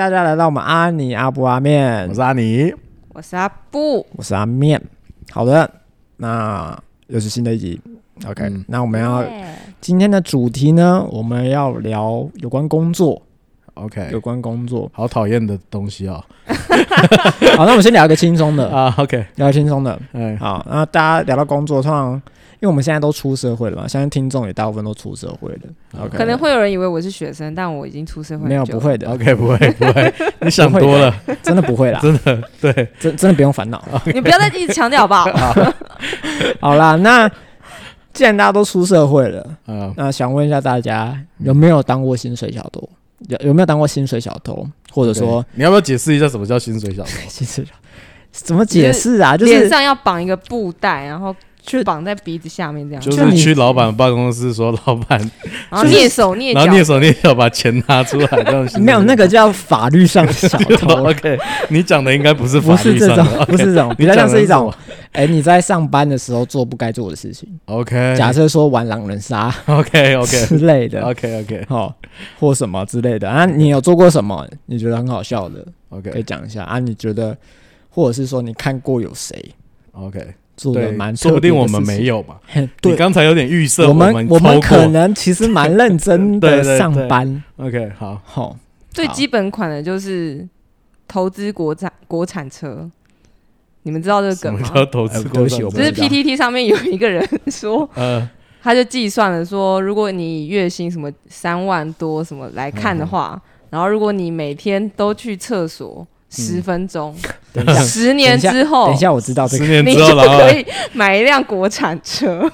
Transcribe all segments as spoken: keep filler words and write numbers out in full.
大家来到我们阿尼阿布阿面， 我是阿尼， 我是阿布， 我是阿面。好的，那又是新的一集。OK，、嗯、那我们要、yeah. 今天的主题呢，我们要聊有关工作。 OK， 有关工作， 好讨厌的东西哦。 好，那我们先聊一个轻松的啊。OK， 聊轻松的。 哎， 好，那大家聊到工作，通常因为我们现在都出社会了嘛，相信听众也大部分都出社会了。OK， 可能会有人以为我是学生，但我已经出社会了。 没有，不会的。 OK， 不会，不会，你想多了， 真的不会啦， 真的，对， 真真的不用烦恼。 你不要再一直强调好不好？ 好, 好啦，那既然大家都出社会了，嗯、那想问一下大家，有没有当过薪水小偷？有有没有当过薪水小偷？或者说， okay, 你要不要解释一下什么叫薪水小偷？薪水小偷怎么解释啊？就是脸上要绑一个布袋，然后就绑在鼻子下面这样。 就是去老板办公室说，老板， 然后蹑手蹑脚， 然后蹑手蹑脚把钱拿出来，这样没有那个叫法律上的小偷。 OK， 你讲的应该不是法律上的， 不是这种，不是这种，比较像是一种。哎、欸，你在上班的时候做不该做的事情 ，OK。 假设说玩狼人杀 ，OK OK 之类的 ，OK OK， 好，或什么之类的啊，你有做过什么？你觉得很好笑的 ，OK， 可以讲一下啊？你觉得，或者是说你看过有谁 ，OK， 做的蛮， 说不定我们没有嘛。 对， 你刚才有点预设， 我们我们可能其实蛮认真的上班。 对对对 OK， 好， 好， 最基本款的就是投资国产国产车。你们知道这个梗吗？ 什么叫投资国产车？ 就是 P T T 上面有一个人说，呃，他就计算了说，如果你月薪什么三万多什么来看的话，嗯、然后如果你每天都去厕所十分钟， 嗯、 十年之后， 等一下我知道这个， 十年之后你就可以买一辆国产车。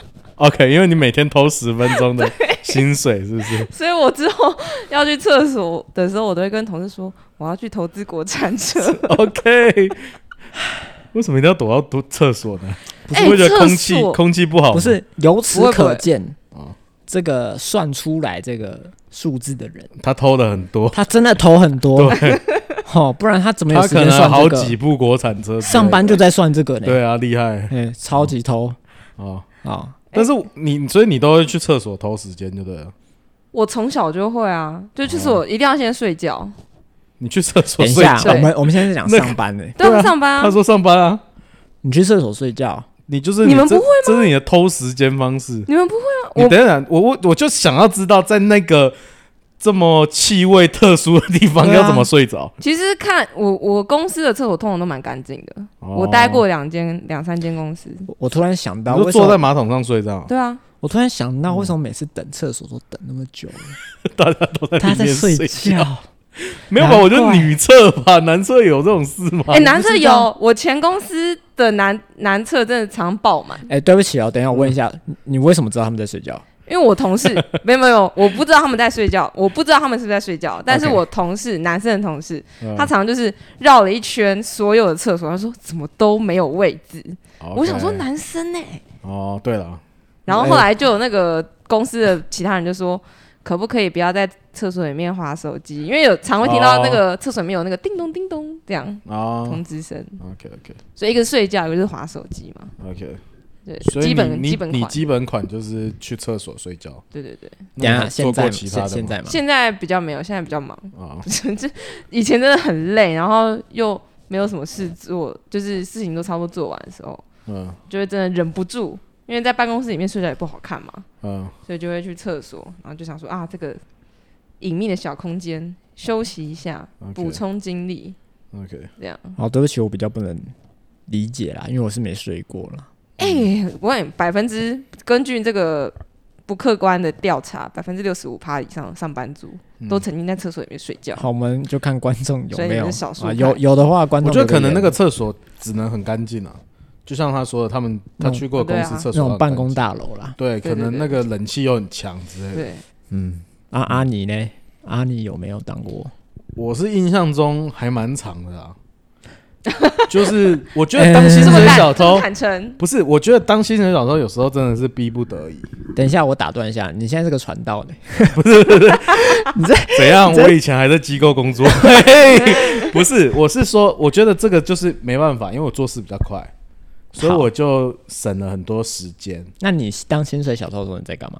OK， 因为你每天偷十分钟的薪水，是不是？ 所以我之后要去厕所的时候，我都会跟同事说，我要去投資國產車。 OK。为什么一定要躲到厕所呢？不是会觉得空气、欸、空气不好吗？ 不是，由此可见，这个算出来这个数字的人， 他偷了很多， 他真的偷很多，对，哦，不然他怎么有时间算这个？ 他可能好几部国产车， 上班就在算这个呢。 对啊，厉害， 欸、超级偷哦哦。但是你，所以你都会去厕所偷时间，就对了。 我从小就会啊，就就是我一定要先睡觉。 你去厕所睡觉？ 等一下，我们我们现在是讲上班的、欸， 对啊，上班啊。 他说上班啊， 你去厕所睡觉， 你就是你, 你们不会吗？ 这是你的偷时间方式。 你们不会啊？ 你等一下，我我我就想要知道，在那个这么气味特殊的地方要怎么睡着、啊。 其实看我我公司的厕所通常都蛮干净的，哦、我待过两间两三间公司。 我, 我突然想到， 你就坐在马桶上睡这样。 对啊。 我突然想到，为什么每次等厕所都等那么久？ 大家都在里面睡觉。没有吧？我觉得女厕吧，男厕有这种事吗？ 哎、欸，男厕有，我前公司的男男厕真的常爆满。 哎、欸，对不起哦，等一下我问一下，嗯、你为什么知道他们在睡觉？ 因为我同事没有没有，我不知道他们在睡觉，我不知道他们是不是在睡觉，但是我同事、okay. 男生的同事，嗯、他常常就是绕了一圈所有的厕所，他说怎么都没有位置。Okay. 我想说男生呢、欸？ 哦，对了。 然后后来就有那个公司的其他人就说，可不可以不要在厕所里面滑手机？因为有常会听到那个厕所里面有那个叮咚叮咚这样通知声。 OK OK。所以一个睡觉，一个是滑手机嘛。 OK。 对， 所以基本你基本款你基本款就是去厕所睡觉。 对对对。 等一下现在其他的现在吗？ 现在比较没有，现在比较忙。啊。以前真的很累，然后又没有什么事做，就是事情都差不多做完的时候，嗯，就会真的忍不住。因为在办公室里面睡觉也不好看嘛，嗯，所以就会去厕所，然后就想说啊，这个隐秘的小空间休息一下，补、okay. 充精力 ，OK， 这样。 好，对不起，我比较不能理解啦，因为我是没睡过了。 哎、欸，我百分之根据这个不客观的调查，百分之六十五趴以上的上班族、嗯、都曾经在厕所里面睡觉。 好，我们就看观众有没有， 是少数啊、有有的话，观众我觉得可能那个厕所只能很干净啊。就像他说的，他们他去过公司厕所那种办公大楼啦， 对，可能那个冷气又很强之类的。 对， 嗯，啊阿尼呢？阿尼有没有当过？ 我是印象中还蛮长的啦。就是我觉得当薪水小偷，不是，我觉得当薪水小偷有时候真的是逼不得已。 等一下，我打断一下，你现在是个传道的， 不是不是，你在怎样？我以前还在机构工作，不是，我是说，我觉得这个就是没办法，因为我做事比较快。所以我就省了很多时间。 那你当薪水小偷的时候你在干嘛？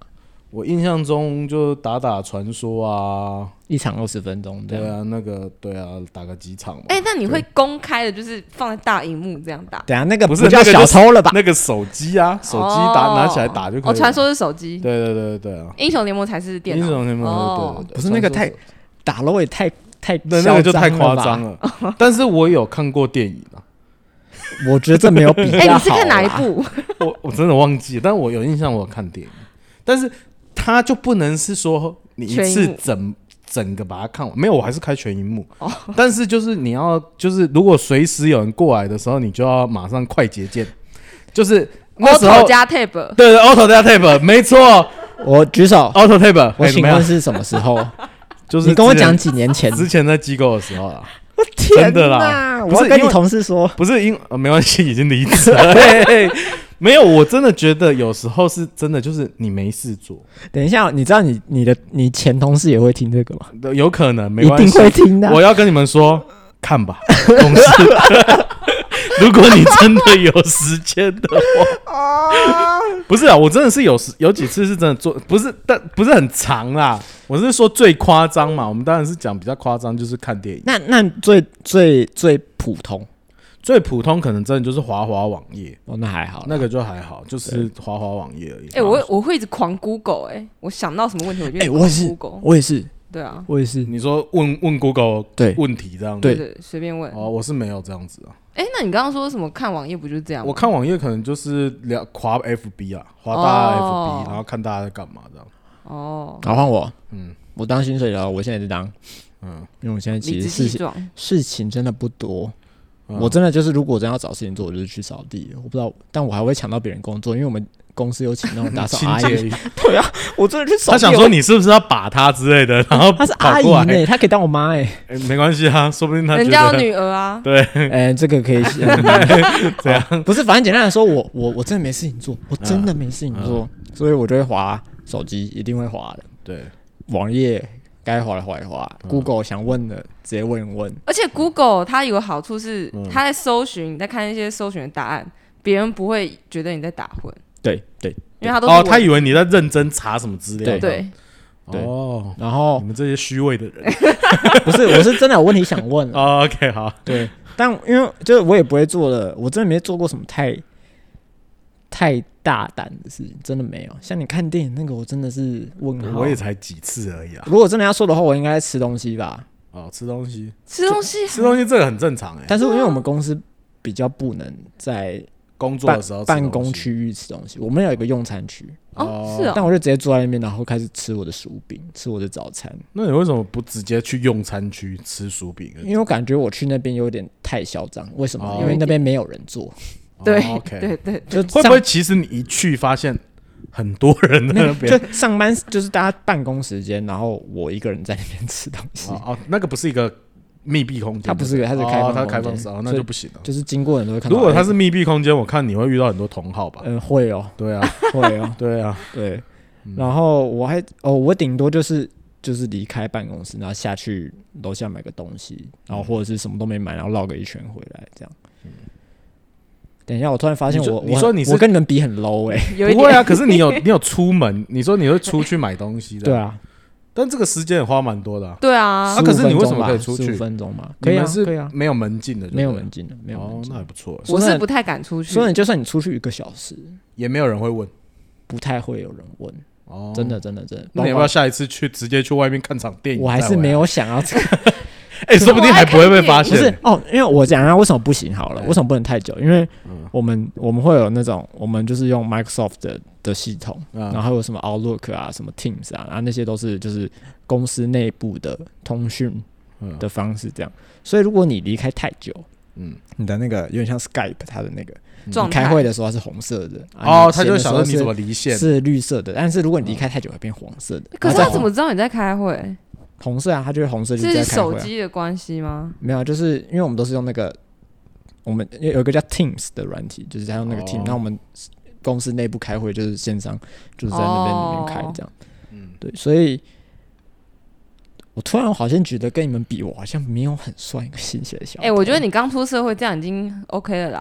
我印象中就打打传说啊， 一场二十分钟， 对啊，那个对啊，打个几场嘛。 哎、欸，那你会公开的，就是放在大荧幕这样打？ 等下那个不是叫小偷了吧？ 那个手机啊，手机打、哦、拿起来打就可以了。 哦，传说是手机。 对对对对啊！ 英雄联盟才是电脑。 英雄联盟、哦、对对对， 不是那个太打漏也太太那那个就太夸张了。但是我有看过电影啊。 我觉得这没有比较好。哎、 欸，你是看哪一部？ 我我真的忘记了，但我有印象，我有看电影。但是它就不能是说你一次整整个把它看完，没有，我还是开全萤幕。哦、但是就是你要，就是如果随时有人过来的时候，你就要马上快捷键，就是那时候 Auto 加 Tab， 对 ，Auto 加 Tab， 没错。 我举手 ，Auto Tab。 我请问是什么时候？ 就是你跟我讲几年前， 之前在机构的时候啦。 我天真的啦， 不是跟你同事说， 不是因、呃、没关系，已经离职了。嘿嘿没有，我真的觉得有时候是真的，就是你没事做。 等一下，你知道你你的你前同事也会听这个吗？ 有可能，没关系， 一定会听的。 我要跟你们说，看吧，同事。如果你真的有时间的话，不是啊，我真的是有有几次是真的做，不是但不是很长啦。我是说最夸张嘛，我们当然是讲比较夸张，就是看电影。 那那最最最普通， 最普通可能真的就是滑滑网页哦，那还好， 那个就还好，就是滑滑网页而已。 哎、欸，我我会一直狂 Google， 哎、欸，我想到什么问题我就哎、欸，我也是 Google， 我也是。 对啊， 我也是。 你说问问 Google 对问题这样子， 对对，随便问。 哦，我是没有这样子啊。 哎、欸，那你刚刚说什么看网页不就是这样吗？ 我看网页可能就是聊滑 F B 啊，滑大家 F B，、哦、然后看大家在干嘛这样。 哦，好换我， 嗯， 我当薪水了，我现在是当，嗯，因为我现在其实事情事情真的不多。嗯、我真的就是，如果真要找事情做，我就是去扫地。我不知道，但我还会抢到别人工作，因为我们公司有请那种打扫阿姨。对啊，我真的去扫地。 他想说你是不是要把他之类的，然后他是阿姨呢、欸，他可以当我妈哎、欸欸，没关系啊，说不定他人家有女儿啊。 对， 哎、欸，这个可以这样。不是，反正简单来说，我我我真的没事情做，我真的没事情做，嗯嗯、所以我就会滑手机，一定会滑的。 对， 网页。该滑的滑一滑、嗯、，Google 想问的直接问一问。 而且 Google 它有个好处是，嗯、它在搜寻，你在看一些搜寻的答案，别人不会觉得你在打混。 对对， 因为他都是哦，他以为你在认真查什么资料。 对对对。 哦， 然后你们这些虚伪的人， 不是，我是真的有问题想问。 哦 ，OK， 好， 对，但因为就是我也不会做的，我真的没做过什么太。太大胆的事情真的没有，像你看电影那个，我真的是问号。 我也才几次而已啊。 如果真的要说的话，我应该吃东西吧。 哦，吃东西， 吃东西， 吃东西这个很正常哎、欸。 但是因为我们公司比较不能在工作的时候办公区域吃东西，我们有一个用餐区。 哦，是哦。 但我就直接坐在那边，然后开始吃我的薯饼，吃我的早餐。 那你为什么不直接去用餐区吃薯饼？ 因为我感觉我去那边有点太嚣张。为什么？哦、因为那边没有人做。 对、 哦 okay 对对， 就会不会其实你一去发现很多人在那边？ 就上班就是大家办公时间，然后我一个人在那边吃东西。 哦，哦那个不是一个密闭空间， 它不是，它是开放空间， 哦、它开放式、哦，那就不行了。 就是经过人都会看到。 如果它是密闭空间，我看你会遇到很多同好吧？ 嗯，会哦。 对啊， 会哦。 对啊， 对。然后我还哦，我顶多就是就是离开办公室，然后下去楼下买个东西，然后或者是什么都没买，然后绕个一圈回来这样。嗯等一下，我突然发现我， 你说你是我跟你们比很 low 哎、 欸， 不会啊。可是你有你有出门，你说你会出去买东西的， 对啊。 但这个时间也花蛮多的、啊， 对啊。 啊，可是你为什么可以出去？ 十五分钟嘛，可以啊，可以啊， 没有门禁的， 没有门禁的，没有门禁。 哦，那还不错。 我是不太敢出去， 所以就算你出去一个小时， 也没有人会问， 不太会有人问。哦，真的，真的，真的。 那你要不要下一次去直接去外面看场电影？ 我还是没有想要这个。 哎、欸，说不定还不会被发现。 不是哦，因为我讲一下为什么不行好了，为什么不能太久？因为我们、嗯、我们会有那种，我们就是用 Microsoft 的, 的系统、嗯，然后还有什么 Outlook 啊，什么 Teams 啊，然后那些都是就是公司内部的通讯的方式这样。嗯、所以如果你离开太久，嗯，你的那个有点像 Skype 它的那个。你开会的时候它是红色的哦，他就想说你怎么离线是绿色的，但是如果你离开太久会变黄色的。 可是他怎么知道你在开会？ 红色啊，它就是红色，就是在开会、啊。 是手机的关系吗？ 没有，就是因为我们都是用那个，我们有一个叫 Teams 的软体，就是在用那个 Teams，、哦、那我们公司内部开会就是线上，就是在那边里面开这样。嗯、哦，对，所以我突然好像觉得跟你们比，我好像没有很算一个新鲜的小。 哎、欸，我觉得你刚出社会这样已经 OK 了啦。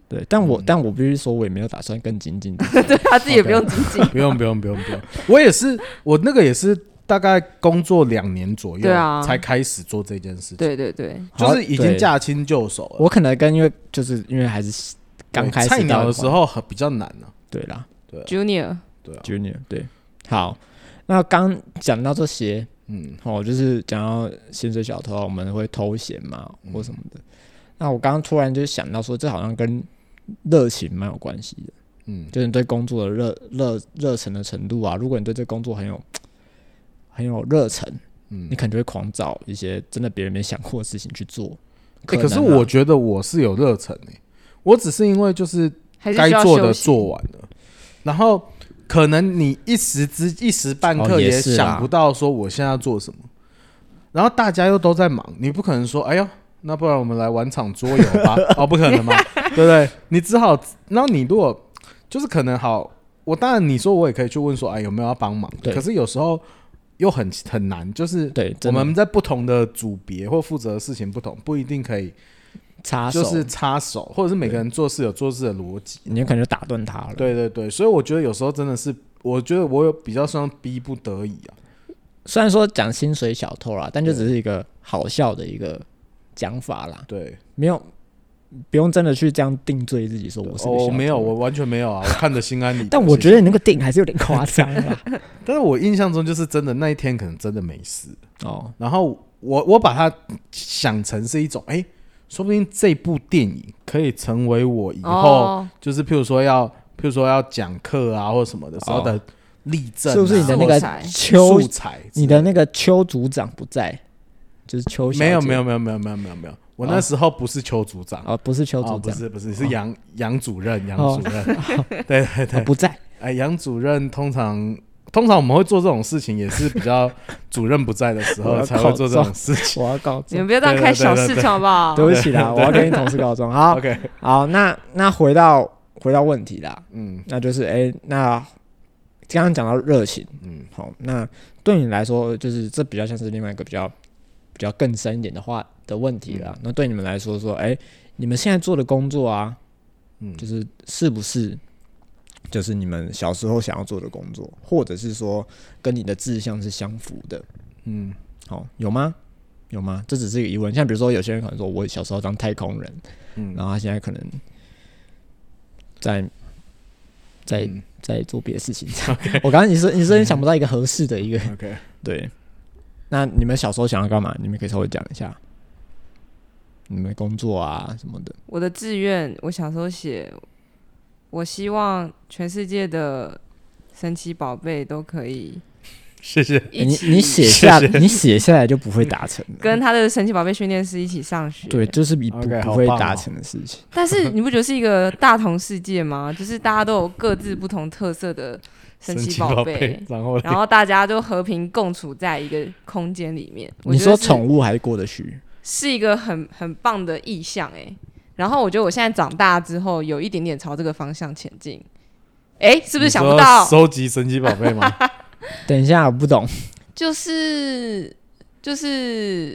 对，但我、嗯、但我必须说，我也没有打算更精进。 对，他自己也不用精进， 不用不用不用不用。我也是，我那个也是大概工作两年左右，啊，才开始做这件事情。 对对对， 就是已经驾轻就熟了。 我可能跟因为就是因为还是刚开始菜鸟的时候很比较难呢，啊。 对啦， 对 ，Junior， 对啊 ，Junior， 对。好，那刚讲到这些，嗯，哦，就是讲到薪水小偷，我们会偷闲嘛，嗯、或什么的。那我刚刚突然就想到说，这好像跟热情蛮有关系的，嗯，就是你对工作的热热热忱的程度啊。如果你对这工作很有很有热忱，嗯，你可能就会狂找一些真的别人没想过的事情去做。 可, 欸、可是我觉得我是有热忱诶，我只是因为就是该做的做完了，然后可能你一时之一时半刻也想不到说我现在要做什么，哦、然后大家又都在忙，你不可能说哎呦。那不然我们来玩场桌游吧？哦，不可能嘛，对不对？你只好，然后你如果就是可能好，我当然你说我也可以去问说，哎，有没有要帮忙？可是有时候又很很难，就是我们在不同的组别或负责的事情不同，不一定可以插手， 就是插手，或者是每个人做事有做事的逻辑， 你可能就打断他了。 对对对，所以我觉得有时候真的是，我觉得我有比较算逼不得已啊。 虽然说讲薪水小偷啦，但就只是一个好笑的一个。讲法啦， 对， 没有不用真的去这样定罪自己，说我是个小偷。 哦，没有，我完全没有啊，我看得心安理得。 但我觉得你那个定还是有点夸张啦。 但是我印象中就是真的那一天可能真的没事哦。然后我我把它想成是一种，哎、欸，说不定这部电影可以成为我以后、哦、就是譬如说要譬如说要讲课啊或什么的时候的例证、啊， 是不是你的那个邱素材？ 你的那个邱组长不在？就是邱小姐， 没有没有没有没有没有没有没有，我那时候不是邱组长哦，不是邱组长，哦、 不是不是是杨杨、哦、主任杨主任，哦、对对对、 哦，不在。 哎，杨主任通常通常我们会做这种事情，也是比较主任不在的时候才会做这种事情。 我要告状， 你们不要这样开小视窗好不好？ 对不起啦，我要跟你同事告状。好 ，OK， 好，那那回到回到问题啦，嗯，那就是哎、欸，那刚刚讲到热情，嗯，好，那对你来说，就是这比较像是另外一个比较。比较更深一点的话的问题啦，嗯、那对你们来说说，哎、欸，你们现在做的工作啊，嗯，就是是不是就是你们小时候想要做的工作，或者是说跟你的志向是相符的？嗯，好、哦，有吗？有吗？这只是一个疑问。像比如说，有些人可能说，我小时候当太空人，嗯，然后他现在可能在在、嗯、在做别的事情。Okay. 我刚刚你说你说你想不到一个合适的一个 ，OK， 对。那你们小时候想要干嘛？你们可以稍微讲一下，你们工作啊什么的。 我的志愿，我小时候写，我希望全世界的神奇宝贝都可以。 谢谢你，你写下谢谢你写下来就不会达成了。 跟他的神奇宝贝训练师一起上学， 对，就是比不、okay, 不会达成的事情。 但是你不觉得是一个大同世界吗？就是大家都有各自不同特色的。神奇宝贝，然后然后大家就和平共处在一个空间里面。 你说宠物还过得去， 是一个很很棒的意象哎、欸。然后我觉得我现在长大之后，有一点点朝这个方向前进。哎、欸，是不是想不到？ 收集神奇宝贝吗？ 等一下，我不懂。 就是就是，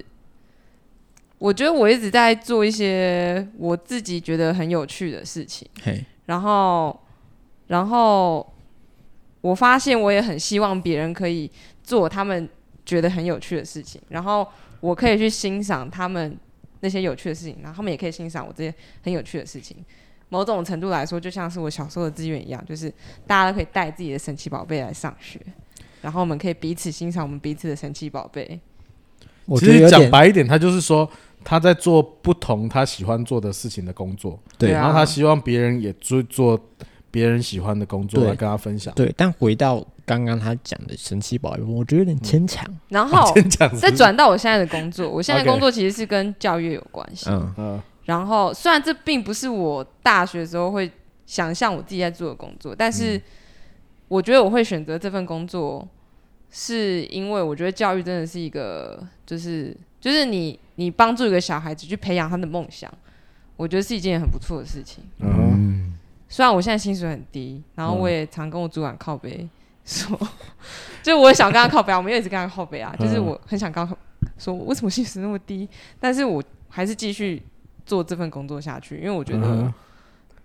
我觉得我一直在做一些我自己觉得很有趣的事情。嘿，然后然后。我发现我也很希望别人可以做他们觉得很有趣的事情，然后我可以去欣赏他们那些有趣的事情，然后他们也可以欣赏我这些很有趣的事情。某种程度来说，就像是我小时候的志愿一样，就是大家都可以带自己的神奇宝贝来上学，然后我们可以彼此欣赏我们彼此的神奇宝贝。 其实讲白一点，他就是说他在做不同他喜欢做的事情的工作，对，然后他希望别人也做做。别人喜欢的工作来跟他分享， 对。但回到刚刚他讲的神奇宝贝，我觉得有点牵强。 嗯、然后再转到我现在的工作，我现在的工作其实是跟教育有关系。嗯嗯。然后虽然这并不是我大学的时候会想象我自己在做的工作，但是我觉得我会选择这份工作，是因为我觉得教育真的是一个，就是就是你你帮助一个小孩子去培养他的梦想，我觉得是一件很不错的事情。嗯。虽然我现在薪水很低，然后我也常跟我主管靠北说，嗯、就我也想跟他靠北啊，我们也一直跟他靠北啊，就是我很想跟他说为什么薪水那么低，但是我还是继续做这份工作下去，因为我觉得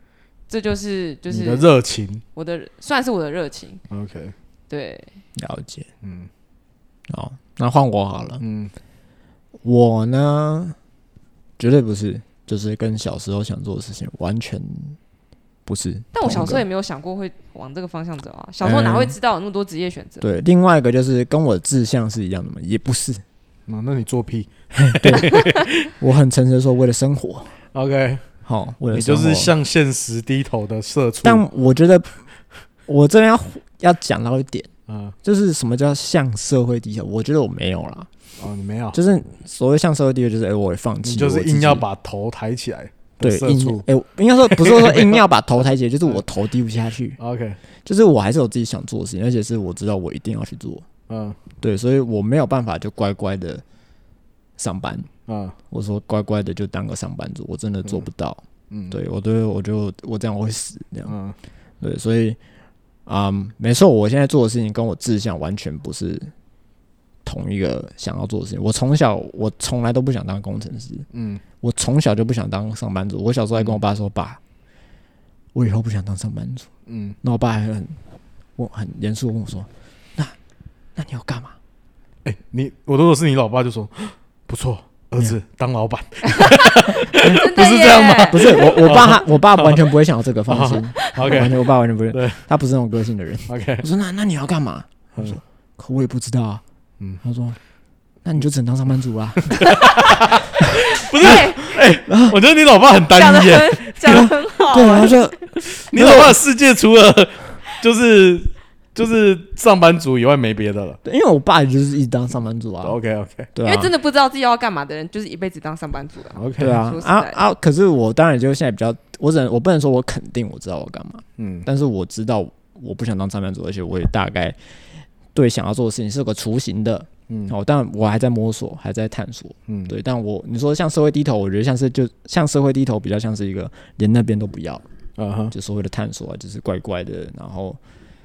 这就是就是你的热情， 我的算是我的热情。 OK， 对， 了解。 嗯， 好，那换我好了。 嗯， 我呢，绝对不是，就是跟小时候想做的事情完全不是。 但我小时候也没有想过会往这个方向走啊。小时候哪会知道有那么多职业选择？ 嗯？对，另外一个就是跟我的志向是一样的嘛，也不是。 嗯、那你做屁？ 对，我很诚实的说，为了生活。 OK， 好，为了你就是向现实低头的社畜。 但我觉得我这边要要讲到一点， 嗯， 就是什么叫向社会低头？我觉得我没有啦。 哦，你没有， 就是所谓向社会低头，就是哎、欸，我会放弃， 你就是硬要把头抬起来。 对，硬哎、欸，应该说不是说硬要把头抬起来，就是我头低不下去。 OK， 就是我还是有自己想做的事情，而且是我知道我一定要去做。嗯，对，所以我没有办法就乖乖的上班。嗯，我说乖乖的就当个上班族，我真的做不到。嗯，对我对我就我这样会死这样。嗯，对，所以啊、嗯，没错，我现在做的事情跟我志向完全不是同一个想要做的事情。我从小我从来都不想当工程师。嗯，我从小就不想当上班族。我小时候还跟我爸说：“爸，我以后不想当上班族。”嗯，那我爸还很我很严肃跟我说：“那那你要干嘛？” 哎、欸，你我如果是你老爸就说：“不错。”儿子当老板， 不是这样吗？ 不是我，我爸他，我爸完全不会想到这个，放心。 OK， 完全，我爸完全不会，他不是那种个性的人。 OK， 我说那那你要干嘛？他说可我也不知道啊。嗯，他说那你就只能当上班族啦。 不是，哎、欸，我觉得你老爸很单一耶， 讲得很好。 对，然后就你老爸的世界除了就是。就是上班族以外没别的了， 因为我爸也就是一直当上班族啊。 OK OK， 对啊， 因为真的不知道自己要干嘛的人，就是一辈子当上班族啊。 OK， 对啊，啊啊！可是我当然就现在比较，我只能我不能说我肯定我知道我干嘛，嗯，但是我知道我不想当上班族，而且我也大概对想要做的事情是有个雏形的，嗯，哦，但我还在摸索，还在探索，嗯，对。但我你说向社会低头，我觉得像是就向社会低头比较像是一个连那边都不要，嗯哼，就所谓的探索啊，就是乖乖的，然后。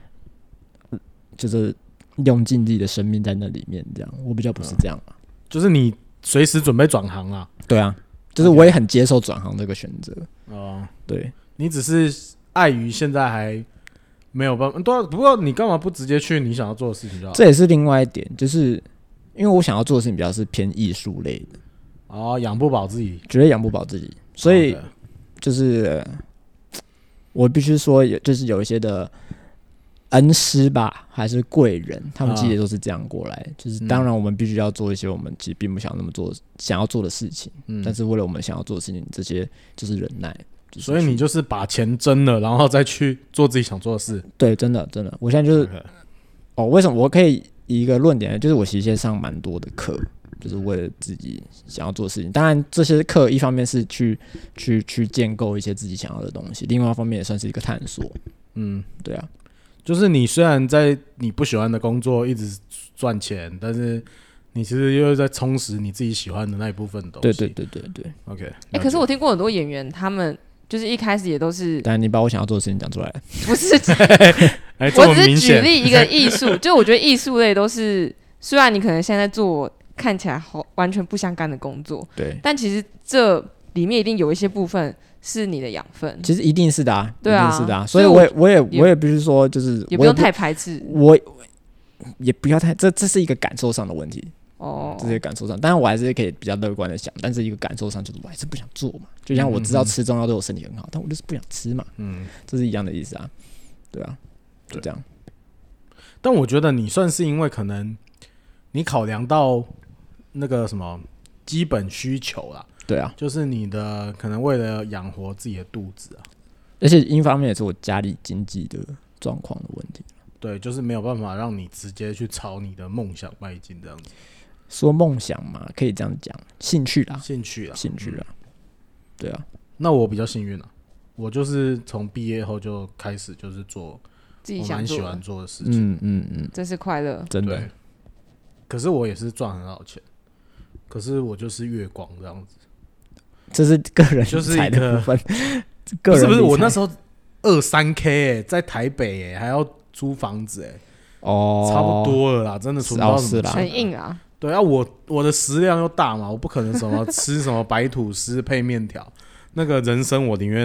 就是用尽自己的生命在那里面，这样我比较不是这样啊， 就是你随时准备转行啊， 对啊，就是我也很接受转行这个选择哦，对你只是碍于现在还没有办法，对啊，不过你干嘛不直接去你想要做的事情就好？ 这也是另外一点，就是因为我想要做的事情比较是偏艺术类的哦，养不饱自己， 绝对养不饱自己，所以就是、呃、我必须说，就是有一些的。恩师吧，还是贵人，他们其实都是这样过来。啊、就是当然，我们必须要做一些我们其实并不想那么做、想要做的事情。嗯，但是为了我们想要做的事情，这些就是忍耐。就是、 所以你就是把钱挣了，然后再去做自己想做的事。 对，真的真的，我现在就是、okay. 哦，为什么我可以以一个论点，就是我其实现在上蛮多的课，就是为了自己想要做的事情。当然，这些课一方面是去去去建构一些自己想要的东西，另外一方面也算是一个探索。嗯，对啊。 就是你虽然在你不喜欢的工作一直赚钱，但是你其实又在充实你自己喜欢的那一部分东西。 对对对对对 ，OK。 哎、欸，可是我听过很多演员，他们就是一开始也都是…… 但你把我想要做的事情讲出来了， 不是？ 欸、 我只是举例一个艺术，就我觉得艺术类都是，虽然你可能现在做看起来好完全不相干的工作， 对， 但其实这里面一定有一些部分。是你的养分， 其实一定是的啊， 对啊， 一定是的啊，所以我也我也我也不是说就是也不用太排斥， 我也不要太这这是一个感受上的问题哦，这是一个感受上，当然我还是可以比较乐观的想，但是一个感受上就是我还是不想做嘛，就像我知道吃中药对我身体很好，但我就是不想吃嘛，嗯，这是一样的意思啊，对啊，就这样。 但我觉得你算是因为可能你考量到那个什么基本需求啦。 对啊， 就是你的可能为了养活自己的肚子啊， 而且一方面也是我家里经济的状况的问题。 对，就是没有办法让你直接去朝你的梦想迈进这样子。 说梦想嘛，可以这样讲，兴趣啦， 兴趣啦， 兴趣啦。嗯、对啊， 那我比较幸运了，我就是从毕业后就开始就是做自己想做我蛮喜欢做的事情。 嗯嗯嗯， 这是快乐， 真的。 可是我也是赚很好钱，可是我就是月光这样子。 这是个人理财的部分， 不是不是，我那时候二三 K 哎，在台北哎，还要租房子哎，哦，差不多了啦，真的存不到什么钱， 很硬啊。 对啊，我我的食量又大嘛，我不可能什么吃什么白吐司配面条，那个人生我宁愿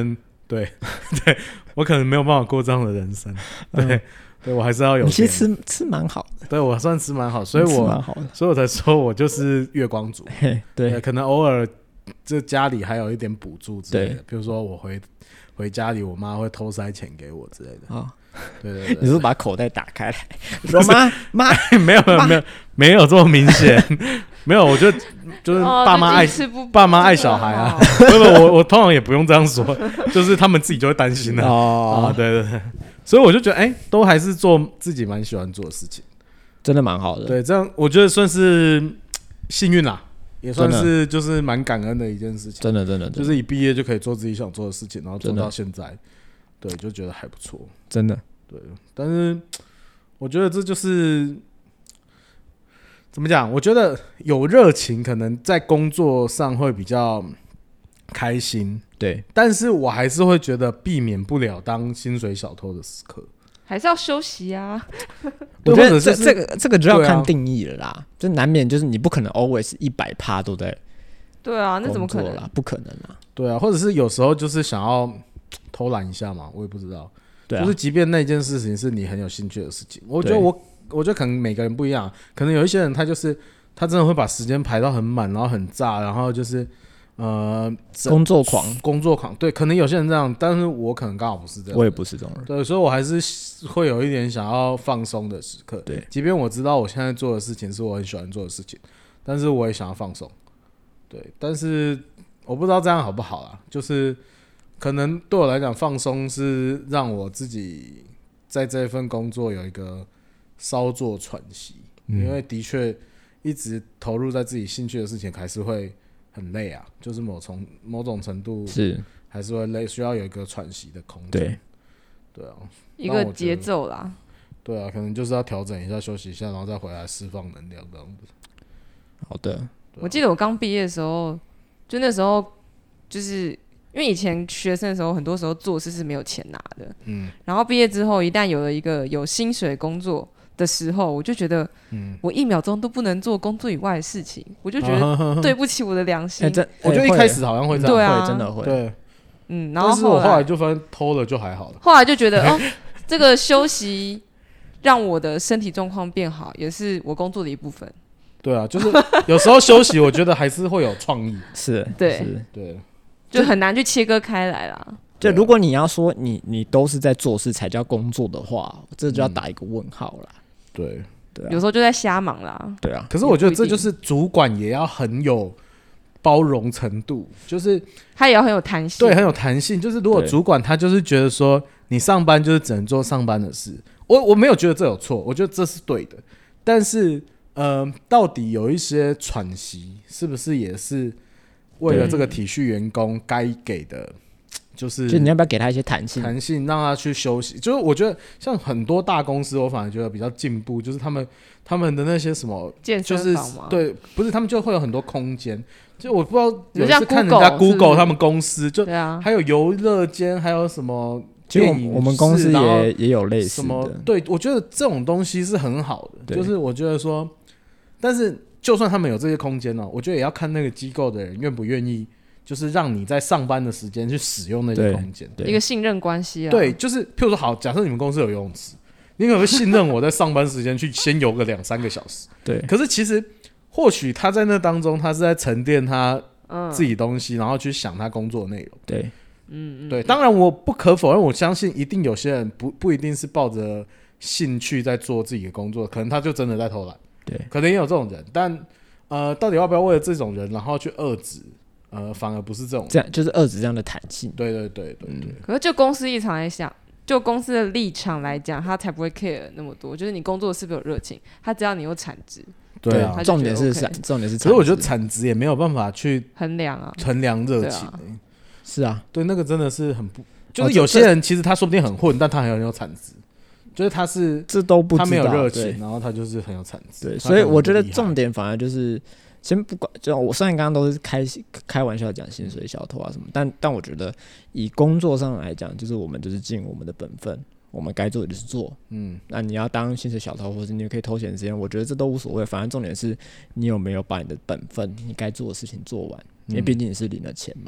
对对，我可能没有办法过这样的人生。对、嗯、对，我还是要有钱。 你其实吃吃蛮好的， 对我算吃蛮好，所以我蛮好的， 所以我才说我就是月光族。 对, 对， 可能偶尔这家里还有一点补助之类的， 对， 比如说我回回家里，我妈会偷塞钱给我之类的。啊、哦，对对 对, 对， 你是不是把口袋打开来，说妈妈没有没有没有没有这么明显，没有，我就就是爸妈爱、哦、爸妈爱小孩啊，不不，我我通常也不用这样说，就是他们自己就会担心了、啊。哦、啊，对对对，所以我就觉得，哎、欸，都还是做自己蛮喜欢做的事情， 真的蛮好的。 对，这样我觉得算是幸运啦。也算是就是蛮感恩的一件事情， 真的真的， 就是一毕业就可以做自己想做的事情，然后做到现在，对，就觉得还不错， 真的。 对，但是我觉得这就是怎么讲？我觉得有热情，可能在工作上会比较开心， 对， 但是我还是会觉得避免不了当薪水小偷的时刻。 还是要休息啊！ 我觉得这这个这个就要看定义了啦，啊、就难免就是你不可能 always 一百趴都在。 对啊，那怎么可能啦？ 不可能啊！ 对啊，或者是有时候就是想要偷懒一下嘛，我也不知道。 对啊， 就是即便那件事情是你很有兴趣的事情，我觉得我我觉得可能每个人不一样，可能有一些人他就是他真的会把时间排到很满，然后很炸，然后就是。呃， 工作狂， 工作狂，对，可能有些人这样，但是我可能刚好不是这样， 我也不是这种人， 对，所以我还是会有一点想要放松的时刻， 对， 即便我知道我现在做的事情是我很喜欢做的事情，但是我也想要放松，对，但是我不知道这样好不好啦，就是可能对我来讲，放松是让我自己在这份工作有一个稍作喘息，嗯、因为的确一直投入在自己兴趣的事情，还是会。很累啊，就是某种某种程度是还是会累，需要有一个喘息的空间。 对， 对啊， 一个节奏啦。 对啊，可能就是要调整一下，休息一下，然后再回来释放能量这样子。 好的， 啊、我记得我刚毕业的时候，就那时候就是因为以前学生的时候，很多时候做事是没有钱拿的，嗯，然后毕业之后，一旦有了一个有薪水工作。的时候，我就觉得，我一秒钟都不能做工作以外的事情，我就觉得对不起我的良心。 欸欸、我觉得一开始好像会这样， 对啊， 真的会。 对， 嗯，然后但是我后来就发现偷了就还好了。 后来就觉得，哦，这个休息让我的身体状况变好，也是我工作的一部分。 对啊，就是有时候休息，我觉得还是会有创意。 是， 对， 是对， 就很难去切割开来啦。 就如果你要说你你都是在做事才叫工作的话，这就要打一个问号啦。 嗯对， 对、啊， 有时候就在瞎忙啦。 对啊， 可是我觉得这就是主管也要很有包容程度，就是他也要很有弹性， 对，很有弹性。就是如果主管他就是觉得说你上班就是只能做上班的事，我我没有觉得这有错，我觉得这是对的。但是呃，到底有一些喘息，是不是也是为了这个体恤员工该给的？就是， 就你要不要给他一些弹性？ 弹性让他去休息。就是我觉得像很多大公司，我反而觉得比较进步，就是他们他们的那些什么健身房吗？ 就是对，不是他们就会有很多空间。就我不知道有一次看人家 Google 他们公司，就还有游乐间，还有什么电影室， 我们公司也也有类似的。 什么？对，我觉得这种东西是很好的。就是我觉得说，但是就算他们有这些空间呢，我觉得也要看那个机构的人愿不愿意。就是让你在上班的时间去使用那些空间， 一个信任关系啊。 对，就是譬如说，好，假设你们公司有游泳池，你可不可以信任我在上班时间去先游个两三个小时？ 对。 可是其实或许他在那当中，他是在沉淀他自己东西，嗯、然后去想他工作的内容。 对， 嗯，对。当然，我不可否认，我相信一定有些人不不一定是抱着兴趣在做自己的工作，可能他就真的在偷懒。 对， 可能也有这种人，但呃，到底要不要为了这种人，然后去遏制？呃，反而不是这种， 这样就是遏制这样的弹性。 对对对对对、嗯。 可是就公司立场来讲，就公司的立场来讲，他才不会 care 那么多。就是你工作是不是有热情，他只要你有产值。 对啊， 重点是产，重点是产值。 可是我觉得产值也没有办法去衡量啊， 衡量热情、欸啊。 是啊， 对，那个真的是很不，就是有些人其实他说不定很混，但他很有产值。就是他是这都不知道， 他没有热情，然后他就是很有产值。 对，所以我觉得重点反而就是。先不管，就我虽然刚刚都是开开玩笑讲薪水小偷啊什么，但但我觉得以工作上来讲，就是我们就是尽我们的本分，我们该做的就是做。嗯，那你要当薪水小偷，或者你也可以偷闲时间，我觉得这都无所谓。反正重点是你有没有把你的本分，你该做的事情做完，因为毕竟你是领了钱嘛。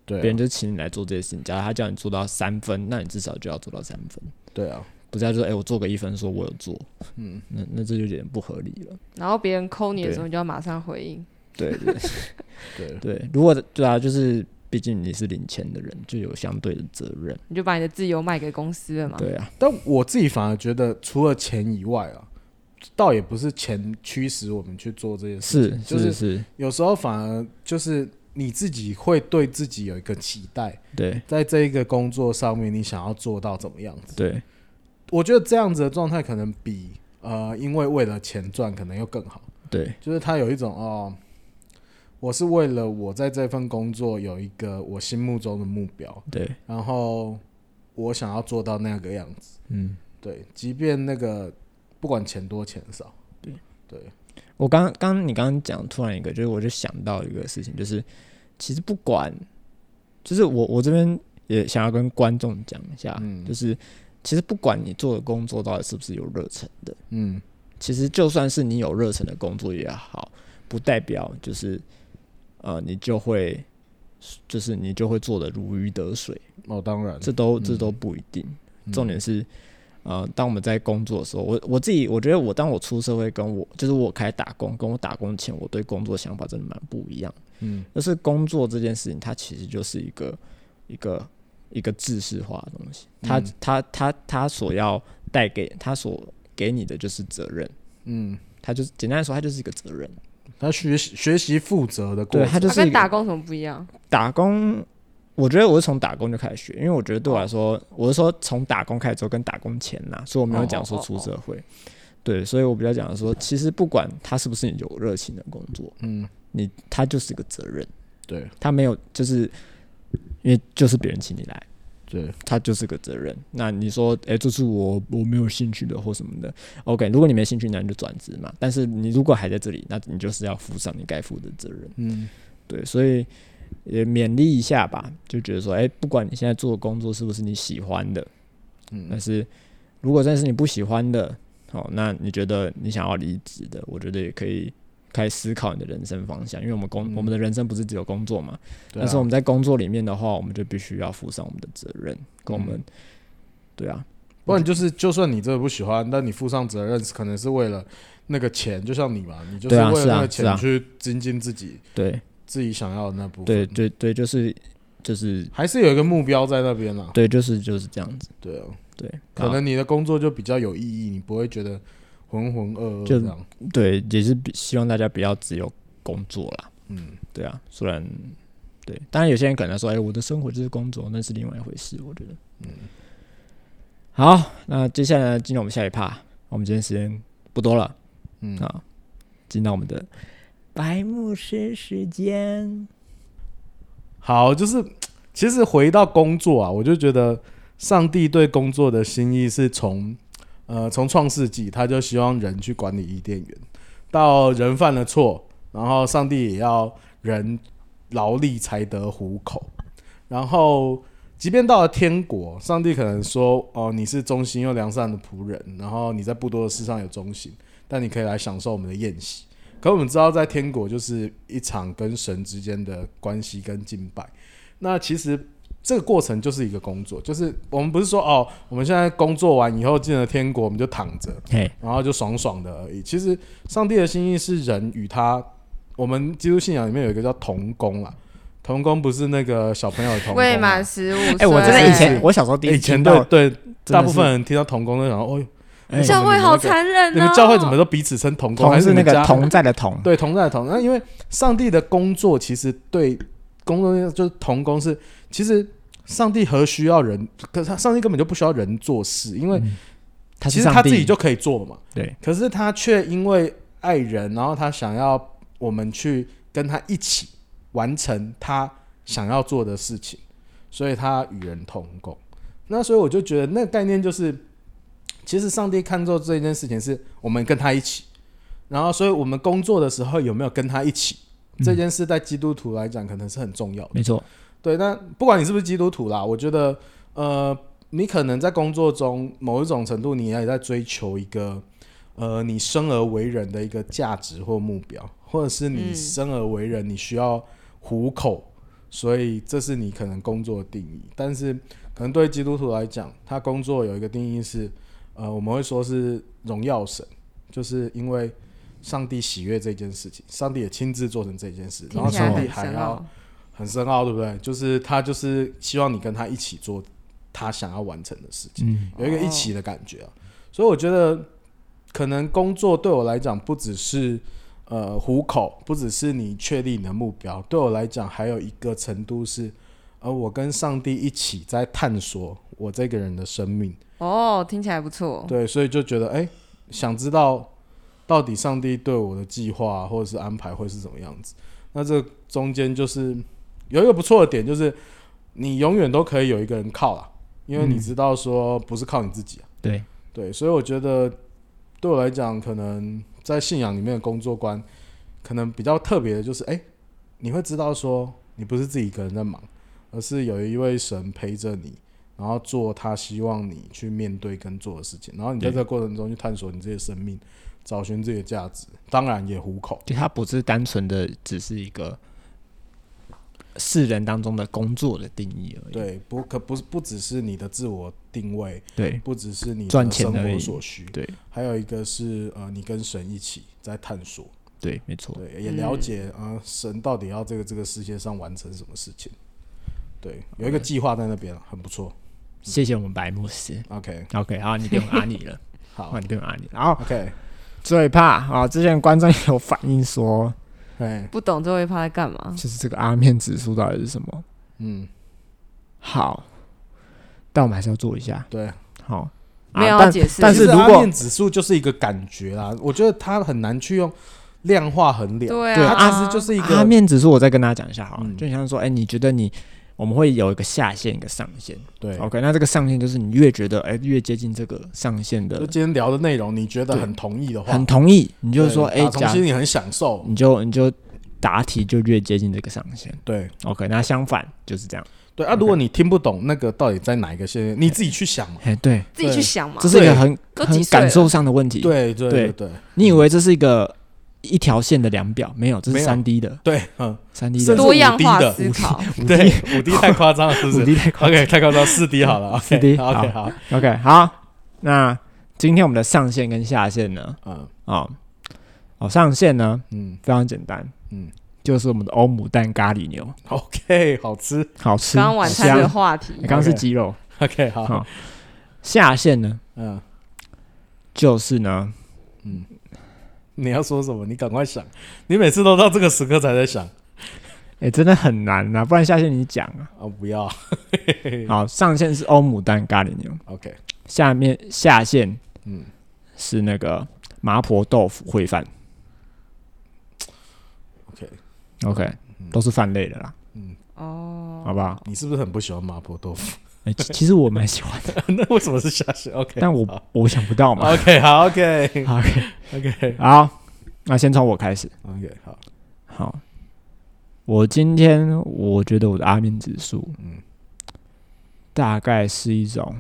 别、啊、人就请你来做这些事情，假如他叫你做到三分，那你至少就要做到三分。 对啊， 不是要说哎、欸，我做个一分，说我有做，嗯，那那这就有点不合理了。 然后别人call你的时候，你就要马上回应。 对对对对，如果对啊，就是毕竟你是领钱的人，就有相对的责任， 你就把你的自由卖给公司了嘛。 对啊， 但我自己反而觉得，除了钱以外啊，倒也不是钱驱使我们去做这些事情， 是是是， 有时候反而就是你自己会对自己有一个期待， 对， 在这一个工作上面，你想要做到怎么样子？ 对， 我觉得这样子的状态可能比呃，因为为了钱赚，可能又更好。 对， 就是他有一种哦，我是为了我在这份工作有一个我心目中的目标， 对， 然后我想要做到那个样子，嗯，对，即便那个不管钱多钱少， 对对。 我刚刚你刚刚讲突然一个，就是我就想到一个事情，就是其实不管，就是我我这边也想要跟观众讲一下，嗯，就是其实不管你做的工作到底是不是有热忱的，嗯，其实就算是你有热忱的工作也好，不代表就是呃你就会就是你就会做得如鱼得水哦，当然， 这都这都不一定，嗯，重点是。呃，当我们在工作的时候，我我自己我觉得我当我出社会，跟我就是我开始打工，跟我打工前，我对工作想法真的蛮不一样。嗯，就是工作这件事情，它其实就是一个一个一个制式化的东西，它、嗯、它它它所要带给它所给你的就是责任。嗯，它就是简单来说，它就是一个责任。 它学习学习负责的过程， 对，它就是它跟打工什么不一样？ 打工。我觉得我是从打工就开始学，因为我觉得对我来说，哦、我是说从打工开始之后跟打工前啦，所以我没有讲说出社会。哦哦哦哦对，所以我比较讲的说，其实不管它是不是你有热情的工作，嗯，你它就是一个责任， 对， 它没有就是因为就是别人请你来， 对， 它就是个责任。那你说，哎、欸，这是我我没有兴趣的或什么的 ，OK， 如果你没兴趣，那你就转职嘛。但是你如果还在这里，那你就是要负上你该负的责任，嗯，对，所以。也勉励一下吧，就觉得说，哎、欸，不管你现在做的工作是不是你喜欢的，嗯，但是如果真的是你不喜欢的，哦，那你觉得你想要离职的，我觉得也可以开始思考你的人生方向，因为我们工、嗯、我们的人生不是只有工作嘛，啊、但是我们在工作里面的话，我们就必须要负上我们的责任，跟我们，嗯、对啊， 不然就是就算你真的不喜欢，但你负上责任，可能是为了那个钱，就像你嘛，你就是为了那个钱去精进自己， 对。 自己想要的那部分， 对对对，就是就是还是有一个目标在那边啦。 对，就是就是这样子。 对啊， 对， 可能你的工作就比较有意义，你不会觉得浑浑噩噩这样。 对，也是希望大家不要只有工作啦。嗯，对啊，虽然对，当然有些人可能说，哎、欸，我的生活就是工作，那是另外一回事。我觉得，嗯。好，那接下来进入我们下一趴，我们今天时间不多了，嗯啊，进到我们的。白牧师时间， 好，就是其实回到工作啊，我就觉得上帝对工作的心意是从呃从创世纪，他就希望人去管理伊甸园，到人犯了错，然后上帝也要人劳力才得糊口，然后即便到了天国，上帝可能说哦，你是忠心又良善的仆人，然后你在不多的事上有忠心，但你可以来享受我们的宴席。可我们知道，在天国就是一场跟神之间的关系跟敬拜。那其实这个过程就是一个工作，就是我们不是说哦，我们现在工作完以后进了天国，我们就躺着，然后就爽爽的而已。其实上帝的心意是人与他，我们基督信仰里面有一个叫同工啦。同工不是那个小朋友的同工， 未满十五岁。 哎，我真的以前我小时候第一次听到， 对对，大部分人听到同工都想说，哦。 欸、教会好残忍、哦、 你们教会怎么都彼此称同工？ 同是那个同在的同， 对，同在的同。那因为上帝的工作其实对工作就是同工是，其实上帝何需要人？可是上帝根本就不需要人做事，因为其实他自己就可以做嘛。 对， 可是他却因为爱人，然后他想要我们去跟他一起完成他想要做的事情，所以他与人同工。那所以我就觉得那个概念就是。其实上帝看重这件事情是我们跟他一起，然后所以我们工作的时候有没有跟他一起，嗯、这件事在基督徒来讲可能是很重要的。 没错， 对。那不管你是不是基督徒啦，我觉得呃，你可能在工作中某一种程度，你也在追求一个呃，你生而为人的一个价值或目标，或者是你生而为人，你需要糊口所以这是你可能工作的定义。但是可能对基督徒来讲，他工作有一个定义是，呃，我们会说是荣耀神，就是因为上帝喜悦这件事情，上帝也亲自做成这件事，然后上帝还要很深奥，对不对？就是他就是希望你跟他一起做他想要完成的事情，嗯、有一个一起的感觉啊。所以我觉得，可能工作对我来讲，不只是呃糊口，不只是你确立你的目标，对我来讲，还有一个程度是，呃，我跟上帝一起在探索我这个人的生命。 哦，听起来不错。 对，所以就觉得，哎，想知道到底上帝对我的计划或者是安排会是怎么样子。那这中间就是有一个不错的点，就是你永远都可以有一个人靠啦。因为你知道说不是靠你自己啊， 对对，所以我觉得对我来讲，可能在信仰里面的工作观，可能比较特别的就是，哎，你会知道说你不是自己一个人在忙，而是有一位神陪着你，然后做他希望你去面对跟做的事情，然后你在这个过程中去探索你自己的生命，找寻自己的价值，当然也糊口， 就它不是单纯的只是一个世人当中的工作的定义而已。 对，不可不是不只是你的自我定位， 对， 不只是你的生活所需， 对， 还有一个是呃，你跟神一起在探索， 对，没错， 对，也了解啊、呃，神到底要这个这个世界上完成什么事情，对，有一个计划在那边，很不错。 谢谢我们白牧师。 OK OK， 好，你不用阿你了， 好， 你不用阿你。然后 OK， 最怕啊，之前观众有反映说。 不懂最后一趴在干嘛？ 就是这个阿面指数到底是什么？嗯，好，但我们还是要做一下。 对， 好， 没有要解释。 但是如果阿面指数就是一个感觉啦，我觉得它很难去用量化衡量。 对啊， 它其实就是一个阿面指数。我再跟大家讲一下好了，嗯、就像说，哎、欸，你觉得你我们会有一个下限，一个上限。 对 ，OK， 那这个上限就是你越觉得哎、欸、越接近这个上限的， 就今天聊的内容，你觉得很同意的话， 很同意，你就说哎， 从心里很享受， 你就你就答题就越接近这个上限。 对 ，OK， 那相反就是这样。 对啊，如果你听不懂那个到底在哪一个线限，你自己去想嘛。 哎，对， 自己去想嘛， 这是一个很很感受上的问题。 对对对对， 你以为这是一个一条线的量表，没有，这是三 D 的。 对，嗯， 三 D 的多样化思考。 对，五 D 太夸张了，是不是？ 五 D 太夸张 ，OK， 太夸张，四 D 好了， 四 D OK， 好 ，OK， 好。那今天我们的上限跟下限呢？嗯，哦，哦，上限呢，嗯，非常简单，嗯。就是我们的欧姆蛋咖喱牛 ，OK， 好吃， 好吃。 刚刚晚餐的话题， 刚刚是鸡肉 ，OK， 好。 好，下线呢，嗯，就是呢， 嗯，你要说什么？你赶快想，你每次都到这个时刻才在想， 哎、欸，真的很难啊，不然下线你讲啊。 哦，不要。 好，上线是欧姆蛋咖喱牛 ，OK， 下面下线，嗯，是那个麻婆豆腐烩饭。OK，、嗯、都是饭类的啦。嗯，哦，好不好？ 你是不是很不喜欢麻婆豆腐？ 欸、其实我蛮喜欢的。 那为什么是下线 ？OK， 但我我想不到嘛。 OK， 好 ，OK， 好 ，OK， 好，那先从我开始。 OK， 好， 好。我今天我觉得我的阿面指数，嗯，大概是一种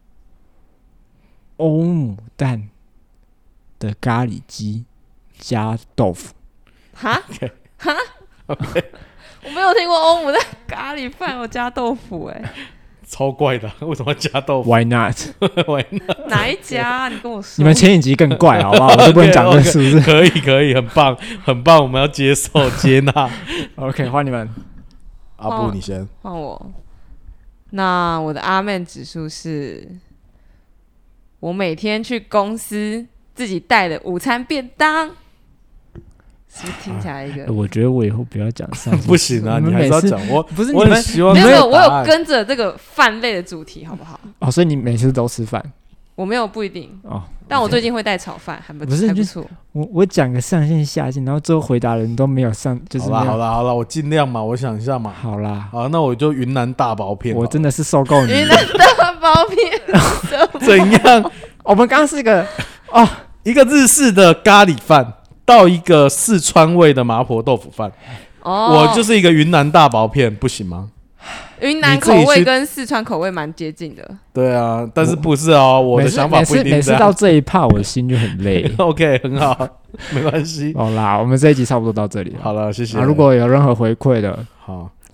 欧姆蛋的咖喱鸡加豆腐。 哈？哈？Okay. 我没有听过欧姆蛋咖喱饭有加豆腐哎、欸， 超怪的，为什么要加豆腐 ？Why not？ Why not？ 哪一家、啊？你跟我说。 你们前几集更怪，好不好？我都不能讲这是不是？ okay, okay, 可以，可以，很棒，很棒，我们要接受接纳。 OK， 换你们。 阿布，你先。 换我。那我的阿面指数是，我每天去公司自己带的午餐便当。是不是听起来一个、 啊？我觉得我以后不要讲上不行啊，你还是要讲。我不是我很希望没有没有，我有跟着这个饭类的主题，好不好？ 哦，所以你每次都吃饭？ 我没有，不一定哦。但我最近会带炒饭，还不不是还不错。 我我讲个上线下线，然后最后回答人都没有上，就是好啦好啦好啦，我尽量嘛，我想一下嘛。 好啦， 好，那我就云南大薄片。 我真的是受够你。 云南大薄片怎样？ 我们刚刚是一个哦， 一个日式的咖喱饭。到一个四川味的麻婆豆腐饭，哦，我就是一个云南大薄片，不行吗？ 云南口味跟四川口味蛮接近的。 对啊，但是不是哦，我的想法不一定这样。 每次到这一趴，我的心就很累。 OK， 很好，没关系。 好啦，我们这一集差不多到这里了。 好了，谢谢。 啊，如果有任何回馈的， 好， 哎、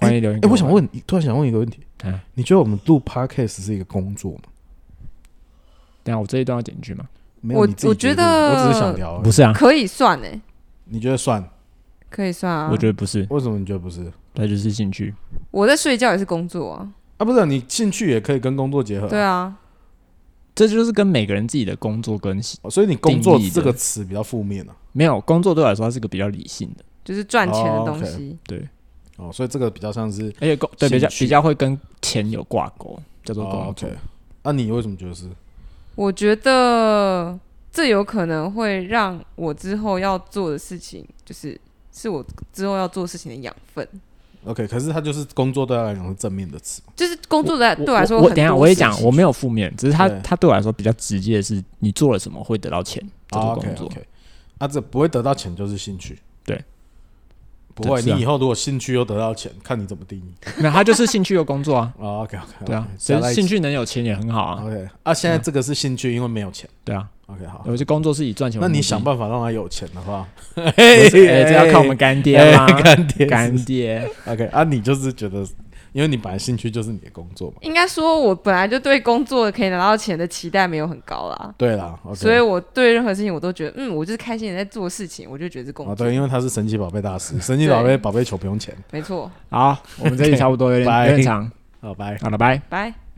欢迎留言。 哎，我想问，突然想问一个问题，你觉得我们录 podcast 是一个工作吗？ 等一下我这一段要剪进去吗？ 没有，我我觉得我只是想聊， 不是啊， 可以算哎。 你觉得算？ 可以算啊。 我觉得不是。 为什么你觉得不是？ 那就是兴趣。 我在睡觉也是工作啊。 啊，不是，你兴趣也可以跟工作结合。 对啊。 这就是跟每个人自己的工作跟、 哦，所以你工作这个词比较负面啊。 没有，工作对我来说它是个比较理性的， 就是赚钱的东西。哦 okay、 对。 哦，所以这个比较像是， 而且对比较比较会跟钱有挂钩，叫做工作。 哦 okay、啊，你为什么觉得是？ 我觉得这有可能会让我之后要做的事情，就是是我之后要做事情的养分。 OK， 可是它就是工作对他来讲是正面的词， 就是工作的对我来说我，我等一下我也讲，我没有负面，只是它它对我来说比较直接的是，你做了什么会得到钱，叫做工作。 哦、OK， 啊，这不会得到钱就是兴趣， 对， 不会。你以后如果兴趣又得到钱，看你怎么定义。 那它就是兴趣又工作啊。 哦 OK OK， 对啊，所以兴趣能有钱也很好啊。 OK， 啊，现在这个是兴趣，因为没有钱。 对啊。 OK， 好， 有些工作是以赚钱为目的。 那你想办法让他有钱的话， 哎、欸，这要看我们干爹吗？ 干爹， 干爹。 OK， 啊，你就是觉得，因为你本来兴趣就是你的工作嘛。 应该说，我本来就对工作可以拿到钱的期待没有很高啦。 对啦， okay、 所以我对任何事情我都觉得，嗯，我就是开心的在做事情，我就觉得是工作。 哦，对，因为他是神奇宝贝大师，神奇宝贝宝贝球不用钱。 没错。 好，我们这里差不多有点有点长。 好，拜。 好了，拜拜。